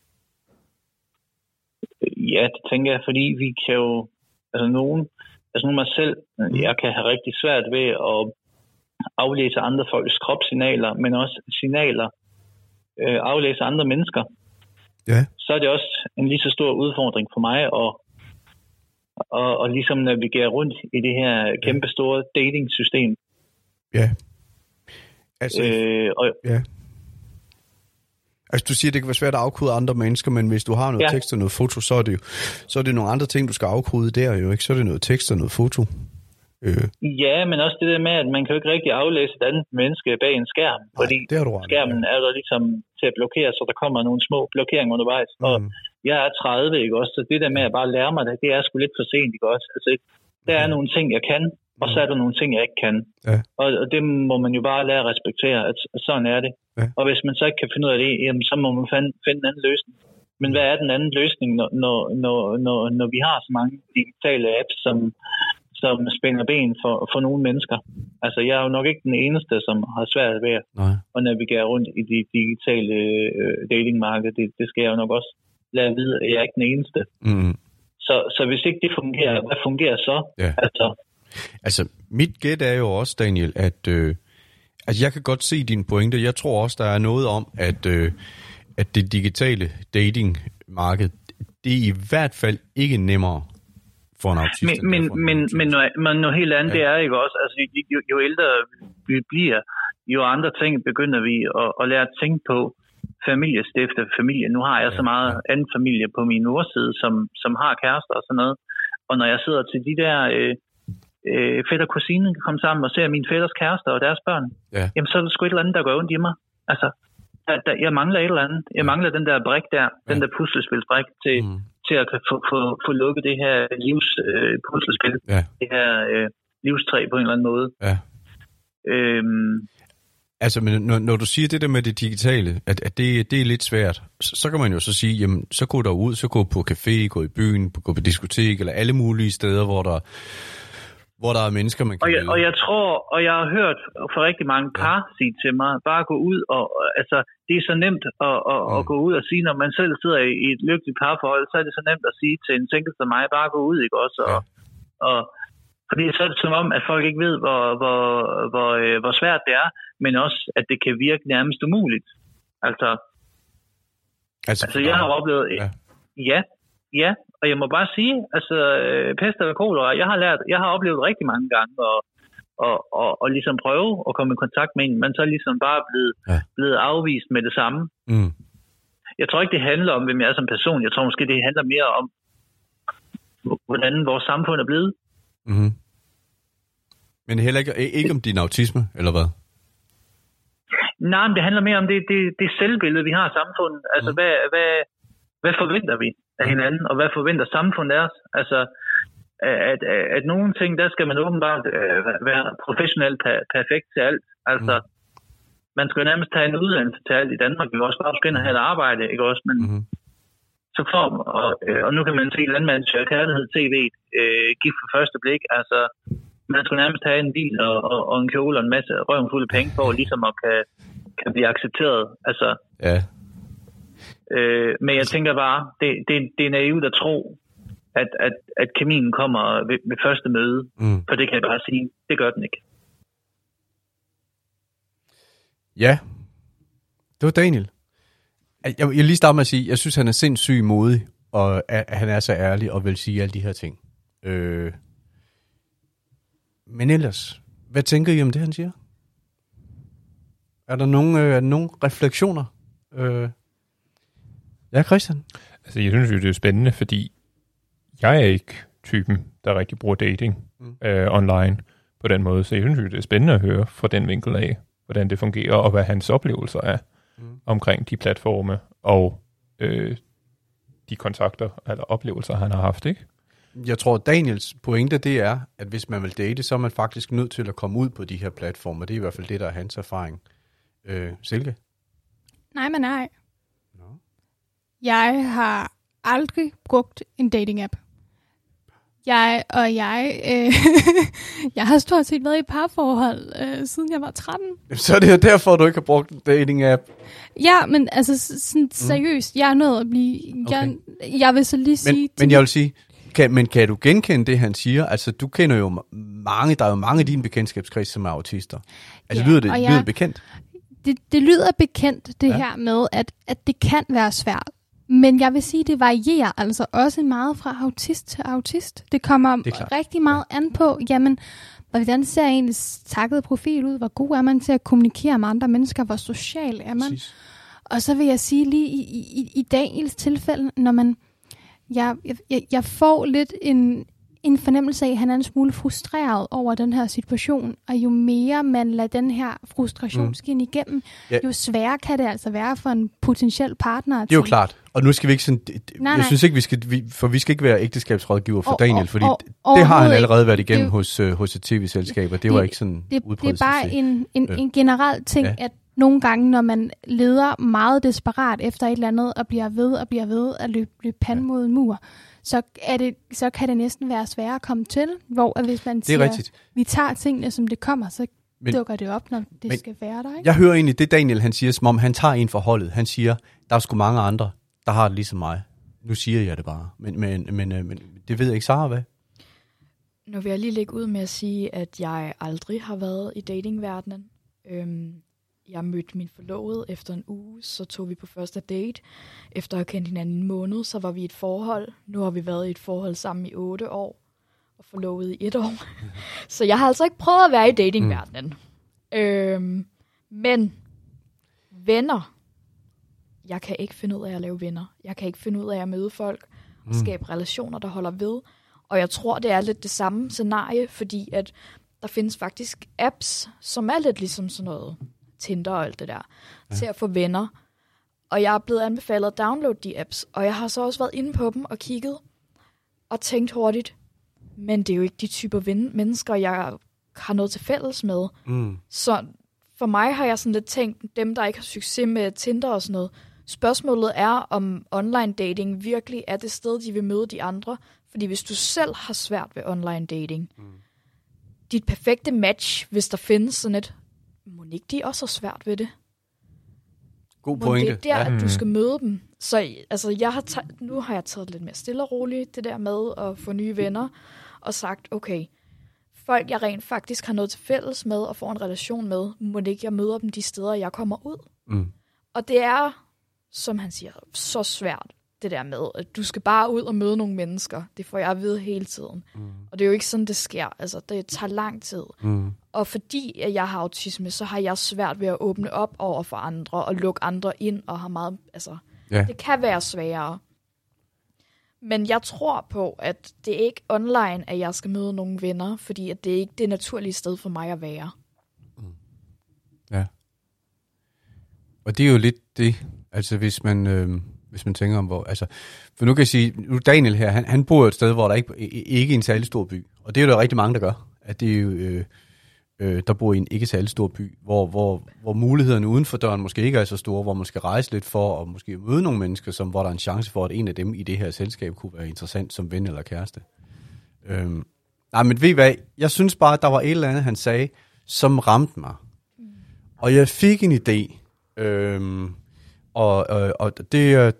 Ja, det tænker jeg, fordi vi kan jo, altså nogen, altså nogen mig selv, jeg kan have rigtig svært ved at aflæse andre folks kropssignaler, men også signaler, øh, aflæse andre mennesker. Ja. Så er det også en lige så stor udfordring for mig at og, og ligesom navigere rundt i det her kæmpe store dating-system. Ja. Altså, øh, og, ja. Altså, du siger, det kan være svært at afkode andre mennesker, men hvis du har noget ja. tekst og noget foto, så er, det jo, så er det nogle andre ting, du skal afkode der jo, ikke? Så er det noget tekst og noget foto. Øh. Ja, men også det der med, at man kan jo ikke rigtig aflæse et andet menneske bag en skærm, Nej, fordi skærmen ja. er der ligesom til at blokere, så der kommer nogle små blokeringer undervejs. Mm. Og jeg er tredive, ikke også? Så det der med at bare lære mig det, det er sgu lidt for sent, ikke også? Altså, der er nogle ting, jeg kan, og så er der nogle ting, jeg ikke kan. Ja. Og, og det må man jo bare lære at respektere, at, at sådan er det. Ja. Og hvis man så ikke kan finde ud af det, jamen, så må man finde, finde en anden løsning. Men hvad er den anden løsning, når, når, når, når, når vi har så mange digitale apps, som, som spænder ben for, for nogle mennesker? Altså, jeg er jo nok ikke den eneste, som har svært ved Nej. at navigere rundt i de digitale øh, datingmarked. Det, det skal jeg jo nok også lade at vide, at jeg er ikke den eneste. Mm. Så, så hvis ikke det fungerer, hvad fungerer så? Ja. Altså, altså, mit gæt er jo også, Daniel, at øh, altså, jeg kan godt se dine pointer. Jeg tror også, der er noget om, at, øh, at det digitale datingmarked, det er i hvert fald ikke nemmere for en autist. Men, men, men, men, noget, men noget helt andet, ja. det er ikke også. Altså, jo, jo ældre vi bliver, jo andre ting begynder vi at, at lære at tænke på. Familiestifte, familie. Nu har jeg ja, så meget ja. anden familie på min nordside, som, som har kærester og sådan noget. Og når jeg sidder til de der øh, øh, fætter og kusine komme sammen og ser mine fætters kærester og deres børn, ja. jamen så er der sgu et eller andet, der går ondt i mig. Altså, der, der, jeg mangler et eller andet. Jeg mangler den der brik der, ja. den der puslespilsbrik til, mm. til at få, få, få lukket det her livs øh, puslespil. Ja. Det her øh, livstræ på en eller anden måde. Ja. Øhm, Altså, men når, når du siger det der med det digitale, at, at det, det er lidt svært, så, så kan man jo så sige, jamen, så gå derud, så gå på café, gå i byen, gå på diskotek, eller alle mulige steder, hvor der, hvor der er mennesker, man kan og jeg, og jeg tror, og jeg har hørt for rigtig mange par ja. sige til mig, bare gå ud, og altså, det er så nemt at, at, mm. at gå ud og sige, når man selv sidder i, i et lykkeligt parforhold, så er det så nemt at sige til en single som mig, bare gå ud, ikke også? Og, ja. og fordi så er det som om, at folk ikke ved, hvor, hvor, hvor, øh, hvor svært det er, men også, at det kan virke nærmest umuligt. Altså, altså, altså jeg har oplevet... Ja. ja, ja, og jeg må bare sige, altså, pest eller kolera, jeg har lært, jeg har oplevet rigtig mange gange, og, og, og, og ligesom prøve at komme i kontakt med en, men så er ligesom bare blevet, ja. blevet afvist med det samme. Mm. Jeg tror ikke, det handler om, hvem jeg er som person. Jeg tror måske, det handler mere om, hvordan vores samfund er blevet. Mm-hmm. Men heller ikke, ikke om din autisme, eller hvad? Nej, men det handler mere om det, det, det selvbillede, vi har i samfundet. Altså, mm. hvad, hvad, hvad forventer vi af hinanden, og hvad forventer samfundet af os? Altså, at, at, at nogle ting, der skal man åbenbart være professionelt per- perfekt til alt. Altså, mm. man skal jo nærmest tage en uddannelse til alt i Danmark. Vi vil også bare begynde at have et arbejde, ikke også? Men mm. så får og, og nu kan man se landmandsjør kærlighed T V, øh, gift for første blik. Altså, man skulle nærmest have en bil og, og, og en kjole og en masse røven fuld af penge for ligesom at kan, kan blive accepteret. Altså, ja. øh, men jeg tænker bare, det, det, det er naivt at tro, at, at, at kemien kommer ved, ved første møde. Mm. For det kan jeg bare sige, det gør den ikke. Ja, det var Daniel. Jeg, jeg vil lige starte med at sige, jeg synes, han er sindssygt modig, og at han er så ærlig og vil sige alle de her ting. Øh, men ellers, hvad tænker I om det, han siger? Er der nogle, øh, nogle refleksioner? Øh, ja, Christian? Altså, jeg synes jo, det er spændende, fordi jeg er ikke typen, der rigtig bruger dating mm. øh, online på den måde. Så jeg synes jo, det er spændende at høre fra den vinkel af, hvordan det fungerer, og hvad hans oplevelser er mm. omkring de platforme og øh, de kontakter eller oplevelser, han har haft, ikke? Jeg tror, Daniels pointe, det er, at hvis man vil date, så er man faktisk nødt til at komme ud på de her platformer. Det er i hvert fald det, der er hans erfaring. Øh, Silke? Nej, men nej. No. Jeg har aldrig brugt en dating-app. Jeg og jeg, øh, jeg har stort set været i parforhold, øh, siden jeg var tretten. Så er det jo derfor, du ikke har brugt en dating-app. Ja, men altså sådan seriøst, jeg er nødt at blive... Jeg, okay. jeg vil så lige sige... Men, men jeg vil sige, kan, men kan du genkende det, han siger? Altså, du kender jo mange, der er jo mange af dine bekendtskabskreds, som er autister. Altså, ja, lyder det, jeg, lyder det bekendt? Det, det lyder bekendt, det ja. her med, at, at det kan være svært. Men jeg vil sige, det varierer altså også meget fra autist til autist. Det kommer det rigtig meget ja. an på, jamen, hvordan ser ens takket profil ud? Hvor god er man til at kommunikere med andre mennesker? Hvor social er man? Præcis. Og så vil jeg sige lige i, i, i Daniels tilfælde, når man, jeg, jeg, jeg får lidt en, en fornemmelse af, at han er en smule frustreret over den her situation. Og jo mere man lader den her frustration mm. skinne igennem, ja. jo sværere kan det altså være for en potentiel partner. Det er jo klart. Og nu skal vi ikke sådan... Nej, jeg nej. synes ikke, vi skal... Vi, for vi skal ikke være ægteskabsrådgiver for og, Daniel, fordi og, og, det har han allerede været igennem det, hos, uh, hos et tv-selskab, og det, det var ikke sådan det, det er bare en, en, en generel ting, ja. at nogle gange, når man leder meget desperat efter et eller andet, og bliver ved og bliver ved at løbe, løbe pande ja. mod en mur, så, er det, så kan det næsten være sværere at komme til, hvor at hvis man siger, vi tager tingene, som det kommer, så men, dukker det op, når det men, skal være der. Ikke? Jeg hører egentlig det, Daniel han siger, som om han tager en for holdet. Han siger, der er sgu mange andre, der har det ligesom mig. Nu siger jeg det bare. Men, men, men, men det ved jeg ikke, Sara, hvad? Nu vil jeg lige lægge ud med at sige, at jeg aldrig har været i datingverdenen. Øhm, jeg mødte min forlovede efter en uge, så tog vi på første date. Efter at have kendt hinanden en måned, så var vi i et forhold. Nu har vi været i et forhold sammen i otte år, og forlovet i et år. Så jeg har altså ikke prøvet at være i datingverdenen. Mm. Øhm, men venner... Jeg kan ikke finde ud af at lave venner. Jeg kan ikke finde ud af at møde folk og mm. skabe relationer, der holder ved. Og jeg tror, det er lidt det samme scenarie, fordi at der findes faktisk apps, som er lidt ligesom sådan noget Tinder og alt det der, ja. til at få venner. Og jeg er blevet anbefalet at downloade de apps, og jeg har så også været inde på dem og kigget og tænkt hurtigt, men det er jo ikke de typer ven- mennesker, jeg har noget til fælles med. Mm. Så for mig har jeg sådan lidt tænkt, dem der ikke har succes med Tinder og sådan noget, spørgsmålet er, om online dating virkelig er det sted, de vil møde de andre. Fordi hvis du selv har svært ved online dating, mm. dit perfekte match, hvis der findes sådan et, må ikke de også har svært ved det? God pointe. Det er der, ja. at du skal møde dem. Så altså, jeg har taget, nu har jeg taget lidt mere stille og roligt, det der med at få nye venner, og sagt, okay, folk jeg rent faktisk har noget til fælles med, og får en relation med, må ikke jeg møder dem de steder, jeg kommer ud. Mm. Og det er, som han siger, så svært, det der med, at du skal bare ud og møde nogle mennesker. Det får jeg at vide hele tiden. Mm. Og det er jo ikke sådan, det sker. Altså, det tager lang tid. Mm. Og fordi at jeg har autisme, så har jeg svært ved at åbne op over for andre, og lukke andre ind, og har meget, altså, yeah. det kan være sværere. Men jeg tror på, at det er ikke online, at jeg skal møde nogle venner, fordi at det er ikke det naturlige sted for mig at være. Mm. Ja. Og det er jo lidt det, altså hvis man, øh, hvis man tænker om, hvor, altså, for nu kan jeg sige, nu Daniel her, han, han bor et sted, hvor der ikke, ikke er en særlig stor by, og det er jo der rigtig mange, der gør, at det er jo, øh, øh, der bor i en ikke særlig stor by, hvor, hvor, hvor mulighederne uden for døren måske ikke er så store, hvor man skal rejse lidt for, og måske møde nogle mennesker, som, hvor der er en chance for, at en af dem i det her selskab kunne være interessant som ven eller kæreste. Øhm, nej, men ved I hvad, jeg synes bare, at der var et eller andet, han sagde, som ramte mig. Og jeg fik en idé, øhm, og, og, og det, det,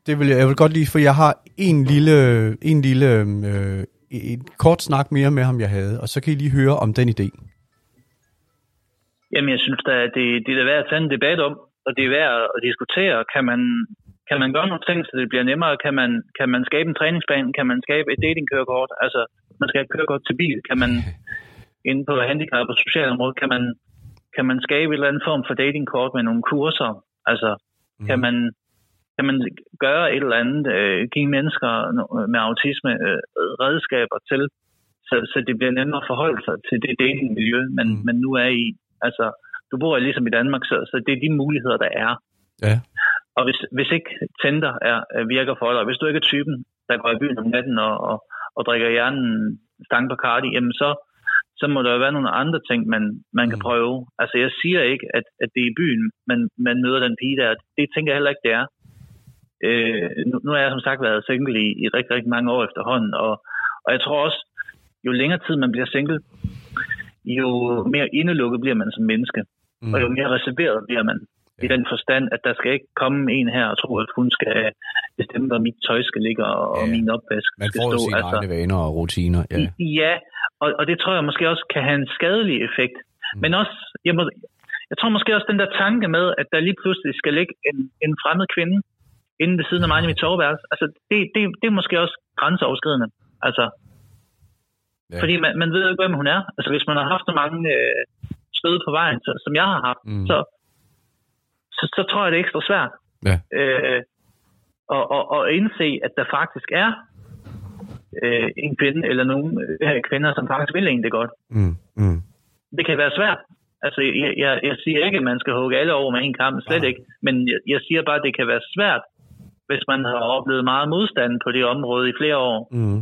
det vil jeg, jeg vil godt lide, for jeg har en lille, en lille øh, et kort snak mere med ham, jeg havde, og så kan I lige høre om den idé. Jamen, jeg synes da, at det, det er værd at tage en debat om, og det er værd at diskutere. Kan man, kan man gøre nogle ting, så det bliver nemmere? Kan man, kan man skabe en træningsplan? Kan man skabe et datingkørekort? Altså, man skal have kørekort til bil. Kan man inde på handicap og socialområdet, kan man, kan man skabe en eller anden form for datingkort med nogle kurser? Altså, mm. kan man... Kan man gøre et eller andet, øh, give mennesker med autisme øh, redskaber til, så, så det bliver nemmere at forholde sig til det datingmiljø, man, mm. man nu er i. Altså, du bor ligesom i Danmark, så, så det er de muligheder, der er. Ja. Og hvis, hvis ikke Tinder er, virker for dig, hvis du ikke er typen, der går i byen om natten og, og, og drikker hjernen stang på Bacardi, jamen så, så må der jo være nogle andre ting, man, man kan prøve. Altså, jeg siger ikke, at, at det er i byen, man, man møder den pige der. Det tænker jeg heller ikke, det er. Øh, nu, nu har jeg som sagt været single i, i rigtig, rigtig mange år efterhånden, og, og jeg tror også, jo længere tid man bliver single, jo mere indelukket bliver man som menneske, mm. og jo mere reserveret bliver man, ja. I den forstand, at der skal ikke komme en her og tro, at hun skal bestemme, hvor mit tøj skal ligge, og, ja. Og min opvask man skal stå. Man får sine altså, egne vaner og rutiner. Ja, ja og, og det tror jeg måske også kan have en skadelig effekt, mm. men også, jeg, må, jeg tror måske også den der tanke med, at der lige pludselig skal ligge en, en fremmed kvinde inden ved siden af mig i mit soveværelse. Altså, det, det, det er måske også grænseoverskridende. Altså, ja. Fordi man, man ved jo ikke, hvem hun er. Altså, hvis man har haft så mange øh, stød på vejen, så, som jeg har haft, mm. så, så, så tror jeg, det er ekstra svært. Ja. Øh, og, og, og indse, at der faktisk er øh, en kvinde, eller nogle øh, kvinder, som faktisk vil en det godt. Mm. Mm. Det kan være svært. Altså, jeg, jeg, jeg siger ikke, at man skal hugge alle over med en kamp, slet ja. Ikke. Men jeg, jeg siger bare, at det kan være svært, hvis man har oplevet meget modstand på det område i flere år. Mm.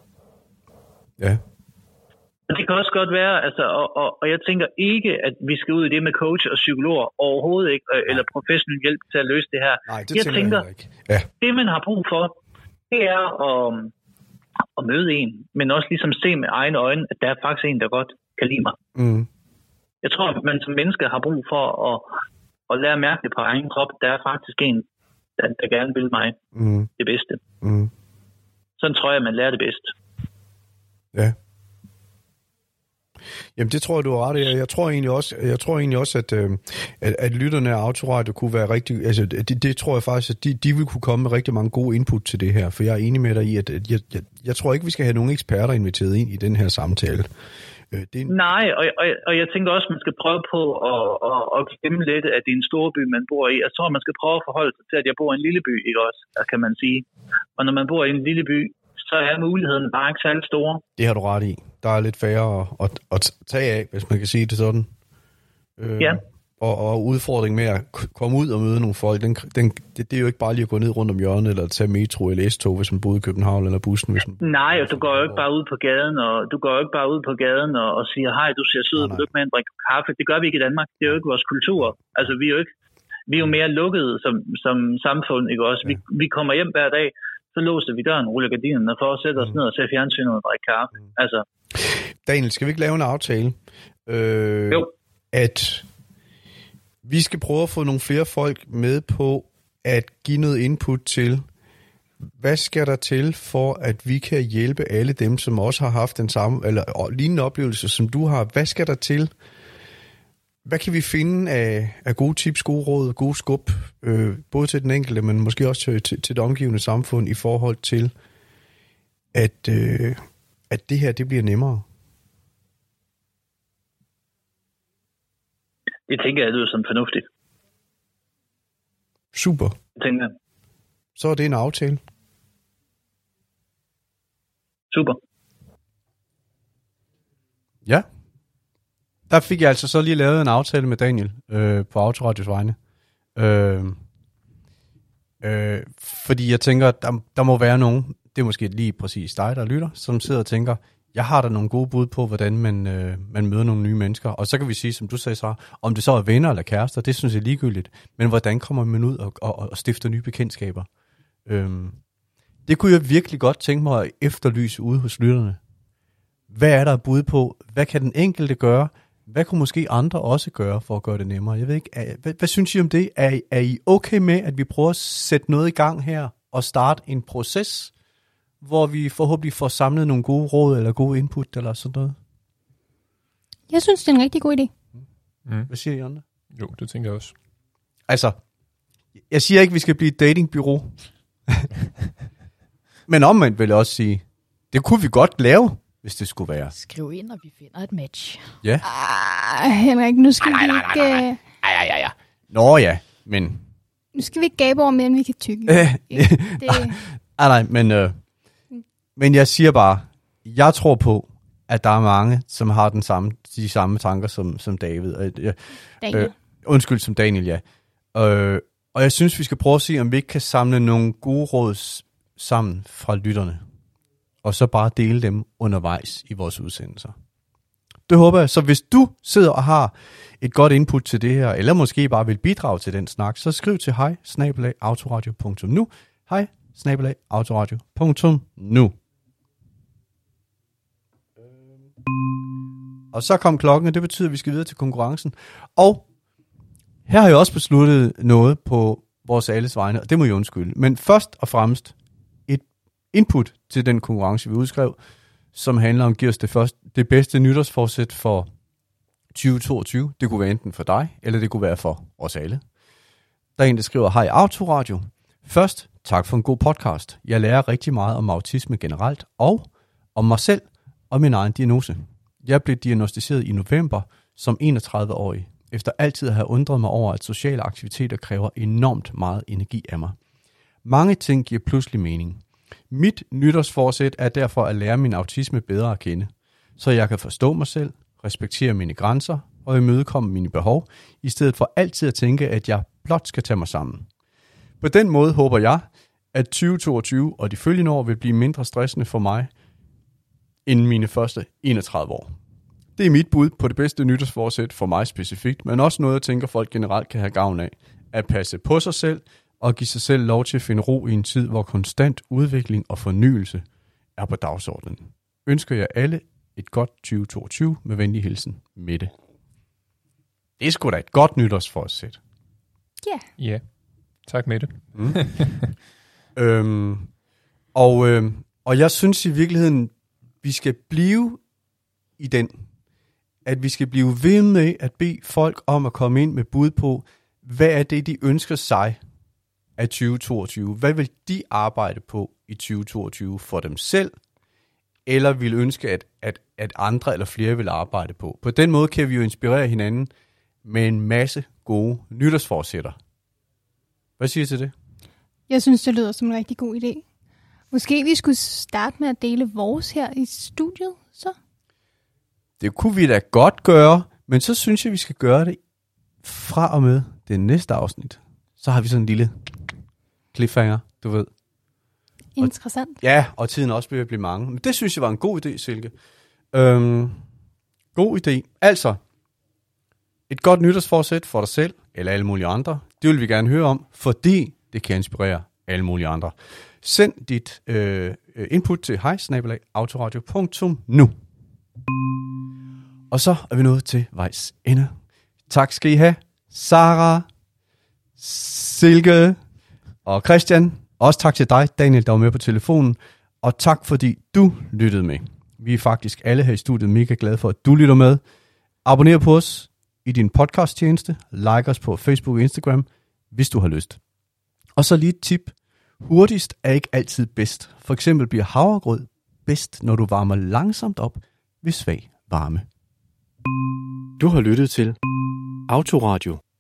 Ja. Det kan også godt være, altså, og, og, og jeg tænker ikke, at vi skal ud i det med coach og psykologer overhovedet ikke, Nej. Eller professionel hjælp til at løse det her. Nej, det jeg tænker, jeg ikke. Ja. Det man har brug for, det er at, at møde en, men også ligesom se med egne øjne, at der er faktisk en, der godt kan lide mig. Mm. Jeg tror, at man som menneske har brug for at, at lære at mærke det på egen krop. Der er faktisk en, der, der gerne vil mig mm. det bedste. Mm. Sådan tror jeg, man lærer det bedst. Ja. Jamen det tror jeg, du har ret i. Jeg tror egentlig også, jeg tror egentlig også at, øh, at, at lytterne af Autoradio kunne være rigtig... Altså det, det tror jeg faktisk, at de, de vil kunne komme med rigtig mange gode input til det her. For jeg er enig med dig i, at jeg, jeg, jeg tror ikke, vi skal have nogle eksperter inviteret ind i den her samtale. Det en... Nej, og, og, og jeg tænker også, at man skal prøve på at, at, at glemme lidt, at det er en stor by, man bor i. Jeg tror, man skal prøve at forholde sig til, at jeg bor i en lille by, ikke også, kan man sige. Og når man bor i en lille by, så er muligheden bare ikke særlig store. Det har du ret i. Der er lidt færre at, at, at tage af, hvis man kan sige det sådan. Øh, ja. Og, og udfordringen med at komme ud og møde nogle folk, den, den, det, det er jo ikke bare lige at gå ned rundt om hjørnet, eller tage metro eller S-tog, hvis man boede i København, eller bussen, hvis man... Nej, og du går jo ikke bare ud på gaden, og du går jo ikke bare ud på gaden og, og siger, hej, du ser sød, du ikke med en drikke kaffe. Det gør vi ikke i Danmark. Det er jo ikke vores kultur. Altså, vi er jo ikke... Vi er jo mere lukkede som, som samfund, ikke også? Ja. Vi, vi kommer hjem hver dag, så låser vi døren, ruller gardinen, og for at sætte os mm. ned og se fjernsynet og drikke kaffe. Mm. Altså... Daniel, skal vi ikke lave en aftale? Øh, jo. At... Vi skal prøve at få nogle flere folk med på at give noget input til, hvad skal der til for, at vi kan hjælpe alle dem, som også har haft den samme, eller lignende oplevelse, som du har. Hvad skal der til? Hvad kan vi finde af, af gode tips, gode råd, gode skub, øh, både til den enkelte, men måske også til, til, til det omgivende samfund i forhold til, at, øh, at det her, det bliver nemmere? Det tænker jeg lyder som fornuftigt. Super. Jeg tænker. Så er det en aftale. Super. Ja. Der fik jeg altså så lige lavet en aftale med Daniel øh, på Autoradios vegne. Øh, øh, fordi jeg tænker, der, der må være nogen, det er måske lige præcis dig, der lytter, som sidder og tænker, jeg har da nogle gode bud på, hvordan man, øh, man møder nogle nye mennesker. Og så kan vi sige, som du sagde så, om det så er venner eller kærester, det synes jeg er ligegyldigt. Men hvordan kommer man ud og, og, og stifter nye bekendtskaber? Øhm, det kunne jeg virkelig godt tænke mig at efterlyse ude hos lytterne. Hvad er der bud på? Hvad kan den enkelte gøre? Hvad kunne måske andre også gøre for at gøre det nemmere? Jeg ved ikke, er, hvad, hvad synes I om det? Er, er I okay med, at vi prøver at sætte noget i gang her at starte en proces, hvor vi forhåbentlig får samlet nogle gode råd eller gode input eller sådan noget. Jeg synes, det er en rigtig god idé. Mm. Hvad siger I andre? Jo, det tænker jeg også. Altså, jeg siger ikke, at vi skal blive et datingbureau. Men omvendt vil jeg også sige, det kunne vi godt lave, hvis det skulle være. Skriv ind, og vi finder et match. Ja. Ah, Henrik, nu skal Nej, vi nej, nej, nej, nej. ikke... Ja, ja, ja, ja. Nå ja, men... Nu skal vi ikke gabe over mere, end vi kan tykke. Øh, det, nej, nej, men, øh, men jeg siger bare, jeg tror på, at der er mange, som har den samme, de samme tanker som, som David. Øh, Daniel. øh, undskyld, som Daniel, ja. Øh, og jeg synes, vi skal prøve at se, om vi ikke kan samle nogle gode råd sammen fra lytterne. Og så bare dele dem undervejs i vores udsendelser. Det håber jeg. Så hvis du sidder og har et godt input til det her, eller måske bare vil bidrage til den snak, så skriv til hej snabel-a autoradio punktum nu. Hej snabel-a autoradio punktum nu. Og så kom klokken, og det betyder, at vi skal videre til konkurrencen. Og her har jeg også besluttet noget på vores alles vegne, og det må jeg undskylde. Men først og fremmest et input til den konkurrence, vi udskrev, som handler om, giv os det, første, det bedste nytårsforsæt for tyve toogtyve. Det kunne være enten for dig, eller det kunne være for os alle. Der er en, der skriver, hej Autoradio. Først, tak for en god podcast. Jeg lærer rigtig meget om autisme generelt, og om mig selv og min egen diagnose. Jeg blev diagnosticeret i november som enogtredive-årig, efter altid at have undret mig over, at sociale aktiviteter kræver enormt meget energi af mig. Mange ting giver pludselig mening. Mit nytårsforsæt er derfor at lære min autisme bedre at kende, så jeg kan forstå mig selv, respektere mine grænser og imødekomme mine behov, i stedet for altid at tænke, at jeg blot skal tage mig sammen. På den måde håber jeg, at tyve toogtyve og de følgende år vil blive mindre stressende for mig, end mine første enogtredive år. Det er mit bud på det bedste nytårsforsæt for mig specifikt, men også noget, jeg tænker, folk generelt kan have gavn af. At passe på sig selv og give sig selv lov til at finde ro i en tid, hvor konstant udvikling og fornyelse er på dagsordenen. Ønsker jeg alle et godt tyve toogtyve med venlig hilsen, Mette. Det er sgu da et godt nytårsforsæt. Ja. Ja, yeah. Tak Mette. Mm. øhm, og, øhm, og jeg synes i virkeligheden, vi skal blive i den, at vi skal blive ved med at bede folk om at komme ind med bud på, hvad er det, de ønsker sig af tyve toogtyve? Hvad vil de arbejde på i tyve toogtyve for dem selv, eller vil ønske, at, at, at andre eller flere vil arbejde på? På den måde kan vi jo inspirere hinanden med en masse gode nytårsforsætter. Hvad siger I til det? Jeg synes, det lyder som en rigtig god idé. Måske vi skulle starte med at dele vores her i studiet, så? Det kunne vi da godt gøre, men så synes jeg, vi skal gøre det fra og med det næste afsnit. Så har vi sådan en lille cliffhanger, du ved. Interessant. Og, ja, og tiden også bliver blive mange. Men det synes jeg var en god idé, Silke. Øhm, god idé. Altså, et godt nytårsforsæt for dig selv, eller alle mulige andre, det vil vi gerne høre om, fordi det kan inspirere alle mulige andre. Send dit øh, input til hej snabel-a autoradio punktum nu. Og så er vi nået til vejs ende. Tak skal I have, Sara, Silke og Christian. Også tak til dig, Daniel, der var med på telefonen. Og tak fordi du lyttede med. Vi er faktisk alle her i studiet mega glade for, at du lytter med. Abonner på os i din podcasttjeneste. Like os på Facebook og Instagram, hvis du har lyst. Og så lige et tip. Hurtigst er ikke altid bedst. For eksempel bliver havregrød bedst, når du varmer langsomt op ved svag varme. Du har lyttet til Autoradio.